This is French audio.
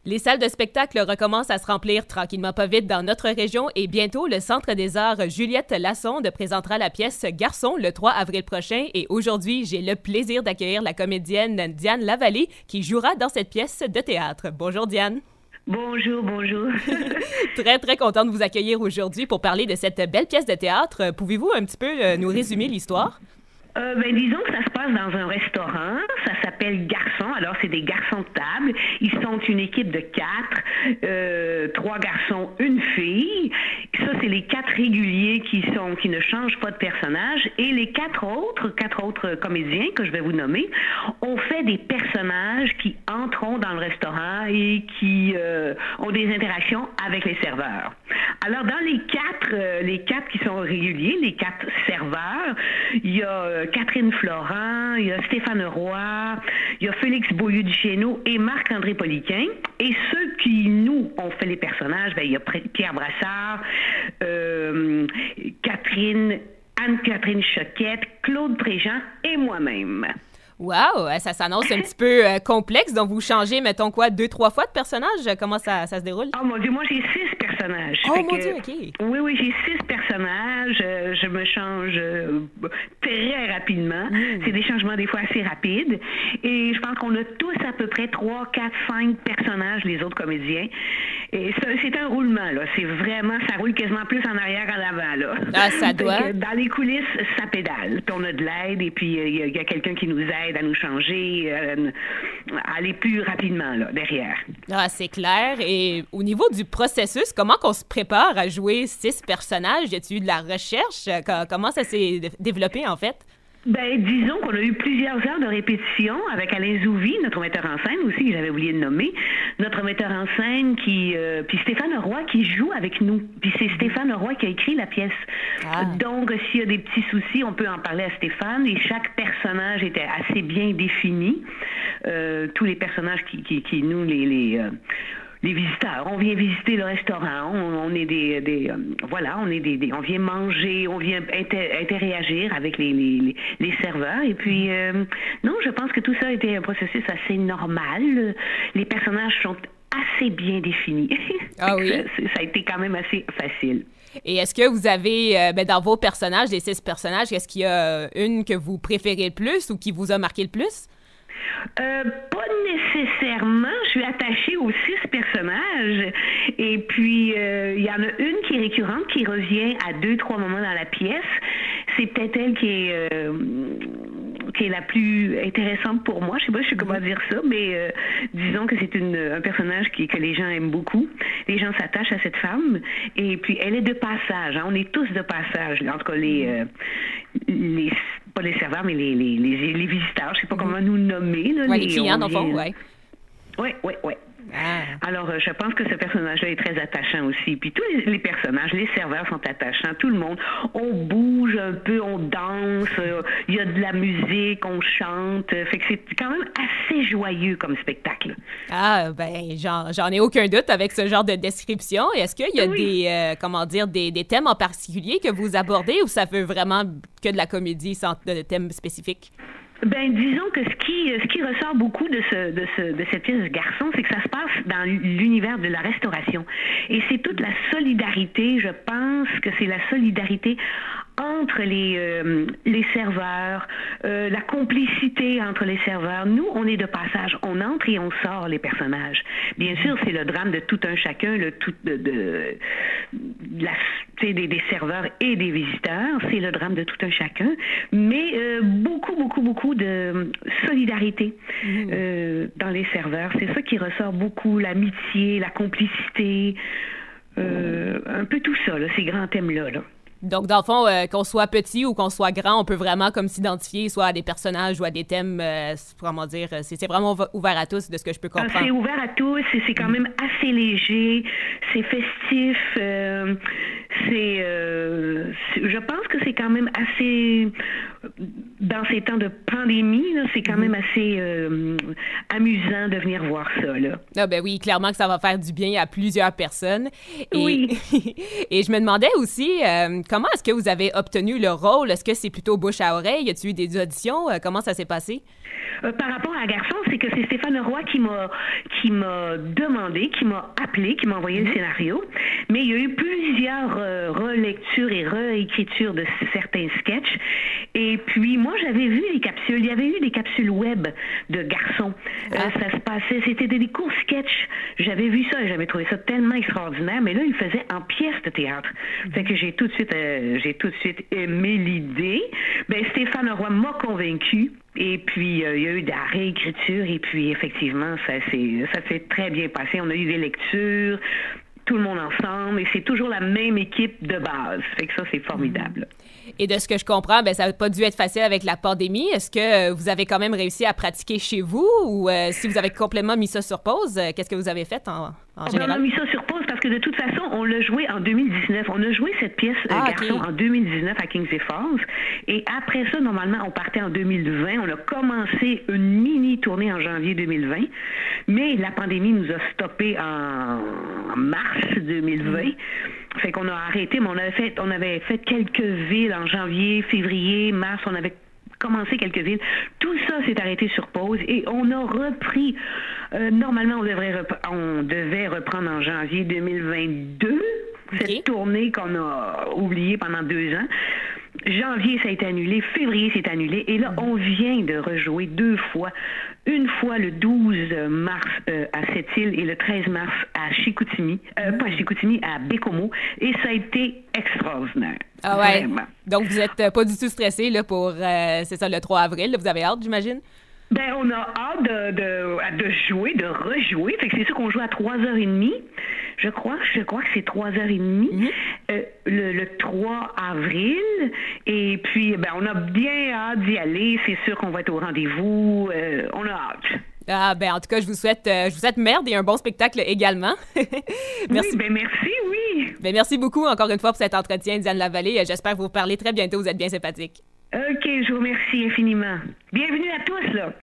Les salles de spectacle recommencent à se remplir tranquillement pas vite dans notre région et bientôt, le Centre des arts Juliette Lassonde présentera la pièce Garçon le 3 avril prochain et aujourd'hui, j'ai le plaisir d'accueillir la comédienne Diane Lavallée qui jouera dans cette pièce de théâtre. Bonjour Diane. Bonjour, bonjour. Très, très contente de vous accueillir aujourd'hui pour parler de cette belle pièce de théâtre. Pouvez-vous un petit peu nous résumer l'histoire? Disons que ça se passe dans un restaurant. Ça s'appelle Garçons. Alors, c'est des garçons de table. Ils sont une équipe de 4, 3 garçons, une fille. Ça, c'est les 4 réguliers qui ne changent pas de personnage. Et les 4 autres comédiens que je vais vous nommer, ont fait des personnages qui entreront dans le restaurant et qui ont des interactions avec les serveurs. Alors, dans les 4 qui sont réguliers, les 4 serveurs, il y a Catherine Florent, il y a Stéphane Roy, il y a Félix Beaulieu-Duchesneau et Marc-André Poliquin. Et ceux qui, nous, ont fait les personnages, il y a Pierre Brassard, Anne-Catherine Choquette, Claude Préjean et moi-même. Wow, ça s'annonce un petit peu complexe. Donc, vous changez, mettons quoi, 2-3 fois de personnage? Comment ça se déroule? Oh mon Dieu, moi j'ai 6 personnages. Oh mon Dieu, OK. Oui, j'ai 6 personnages. Je me change très rapidement. C'est des changements des fois assez rapides. Et je pense qu'on a tous à peu près 3, 4, 5 personnages, les autres comédiens. Et ça, c'est un roulement, là. C'est vraiment, ça roule quasiment plus en arrière qu'en avant, là. Ah, ça doit. Dans les coulisses, ça pédale. Puis on a de l'aide et puis il y a quelqu'un qui nous aide à nous changer, à aller plus rapidement, là, derrière. Ah, c'est clair. Et au niveau du processus, comment qu'on se prépare à jouer 6 personnages? Y a-t-il eu de la recherche? Comment ça s'est développé, en fait? Disons qu'on a eu plusieurs heures de répétition avec Alain Zouvi, notre metteur en scène aussi, que j'avais oublié de nommer. Notre metteur en scène puis Stéphane Roy qui joue avec nous. Puis c'est Stéphane Roy qui a écrit la pièce. Ah. Donc, s'il y a des petits soucis, on peut en parler à Stéphane. Et chaque personnage était assez bien défini. Tous les personnages qui nous, les visiteurs, on vient visiter le restaurant, on est on vient manger, on vient interagir avec les serveurs et puis non, je pense que tout ça a été un processus assez normal. Les personnages sont assez bien définis. Ah oui? Ça a été quand même assez facile. Et est-ce que vous avez, dans vos personnages, les 6 personnages, est-ce qu'il y a une que vous préférez le plus ou qui vous a marqué le plus? Pas nécessairement. Je suis attachée aux 6 personnages. Et puis, il y en a une qui est récurrente, qui revient à 2-3 moments dans la pièce. C'est peut-être elle qui est la plus intéressante pour moi. Je sais pas comment dire ça, mais disons que c'est un personnage que les gens aiment beaucoup. Les gens s'attachent à cette femme. Et puis, elle est de passage. Hein. On est tous de passage. En tout cas, pas les serveurs, mais les visiteurs. Je sais pas comment nous nommer. Là, les clients, dans le fond, oui. Oui. Ah. Alors, je pense que ce personnage-là est très attachant aussi. Puis tous les personnages, les serveurs sont attachants, tout le monde. On bouge un peu, on danse, il y a de la musique, on chante. Fait que c'est quand même assez joyeux comme spectacle. Ah, j'en ai aucun doute avec ce genre de description. Est-ce qu'il y a des thèmes en particulier que vous abordez ou ça veut vraiment que de la comédie sans de thème spécifique? Disons que ce qui ressort beaucoup de cette pièce de Garçon, c'est que ça se passe dans l'univers de la restauration. Et c'est toute la solidarité, je pense que c'est la solidarité entre les serveurs, la complicité entre les serveurs. Nous, on est de passage. On entre et on sort les personnages. Bien sûr, c'est le drame de tout un chacun, des serveurs et des visiteurs. C'est le drame de tout un chacun. Mais beaucoup de solidarité dans les serveurs. C'est ça qui ressort beaucoup. L'amitié, la complicité, un peu tout ça, là, ces grands thèmes-là. Là. Donc, dans le fond, qu'on soit petit ou qu'on soit grand, on peut vraiment comme s'identifier soit à des personnages ou à des thèmes, c'est vraiment ouvert à tous, de ce que je peux comprendre. C'est ouvert à tous, c'est quand même assez léger, c'est festif, je pense que c'est quand même assez dans ces temps de pandémie, là, c'est quand même assez amusant de venir voir ça, là. Ah ben oui, clairement que ça va faire du bien à plusieurs personnes. Et, Oui. et je me demandais aussi, comment est-ce que vous avez obtenu le rôle? Est-ce que c'est plutôt bouche à oreille? Y a-t-il eu des auditions? Comment ça s'est passé? Par rapport à Garçon, c'est que c'est Stéphane Roy qui m'a demandé, qui m'a appelé, qui m'a envoyé le scénario. Mais il y a eu plusieurs relectures et réécritures de certains sketchs. Et puis, moi, j'avais vu les capsules. Il y avait eu des capsules web de Garçon. Ça se passait, c'était des courts sketchs. J'avais vu ça et j'avais trouvé ça tellement extraordinaire. Mais là, il faisait en pièce de théâtre. Fait que j'ai tout de suite aimé l'idée. Ben, Stéphane Roy m'a convaincu. Et puis, il y a eu de la réécriture et puis, effectivement, ça s'est très bien passé. On a eu des lectures, tout le monde ensemble, et c'est toujours la même équipe de base. Fait que ça, c'est formidable. Et de ce que je comprends, ben, ça n'a pas dû être facile avec la pandémie. Est-ce que vous avez quand même réussi à pratiquer chez vous ou si vous avez complètement mis ça sur pause, qu'est-ce que vous avez fait en général? On a mis ça sur pause parce que de toute façon, on l'a joué en 2019. On a joué cette pièce Garçon en 2019 à Kingsley Falls. Et après ça, normalement, on partait en 2020. On a commencé une mini-tournée en janvier 2020. Mais la pandémie nous a stoppés en mars 2020. Fait qu'on a arrêté, mais on avait fait quelques villes en janvier, février, mars. On avait commencé quelques villes. Tout ça s'est arrêté sur pause et on a repris. Normalement, on devait reprendre en janvier 2022 cette tournée qu'on a oubliée pendant 2 ans. Janvier, ça a été annulé. Février, c'est annulé. Et là, on vient de rejouer 2 fois. Une fois le 12 mars à Sept-Îles et le 13 mars à Chicoutimi. Pas à Chicoutimi, à Bécomo. Et ça a été extraordinaire. Ah ouais. Vraiment. Donc, vous n'êtes pas du tout stressé là, pour, c'est ça, le 3 avril. Là, vous avez hâte, j'imagine? Ben, on a hâte de jouer, de rejouer. Fait que c'est sûr qu'on joue à 3h30. Je crois que c'est 3h30 le 3 avril. Et puis, ben, on a bien hâte d'y aller. C'est sûr qu'on va être au rendez-vous. On a hâte. Ah, ben, en tout cas, je vous souhaite merde et un bon spectacle également. Merci. Oui, ben, merci, oui. Ben, merci beaucoup encore une fois pour cet entretien, Diane Lavallée. J'espère vous reparler très bientôt. Vous êtes bien sympathique. OK, je vous remercie infiniment. Bienvenue à tous, là.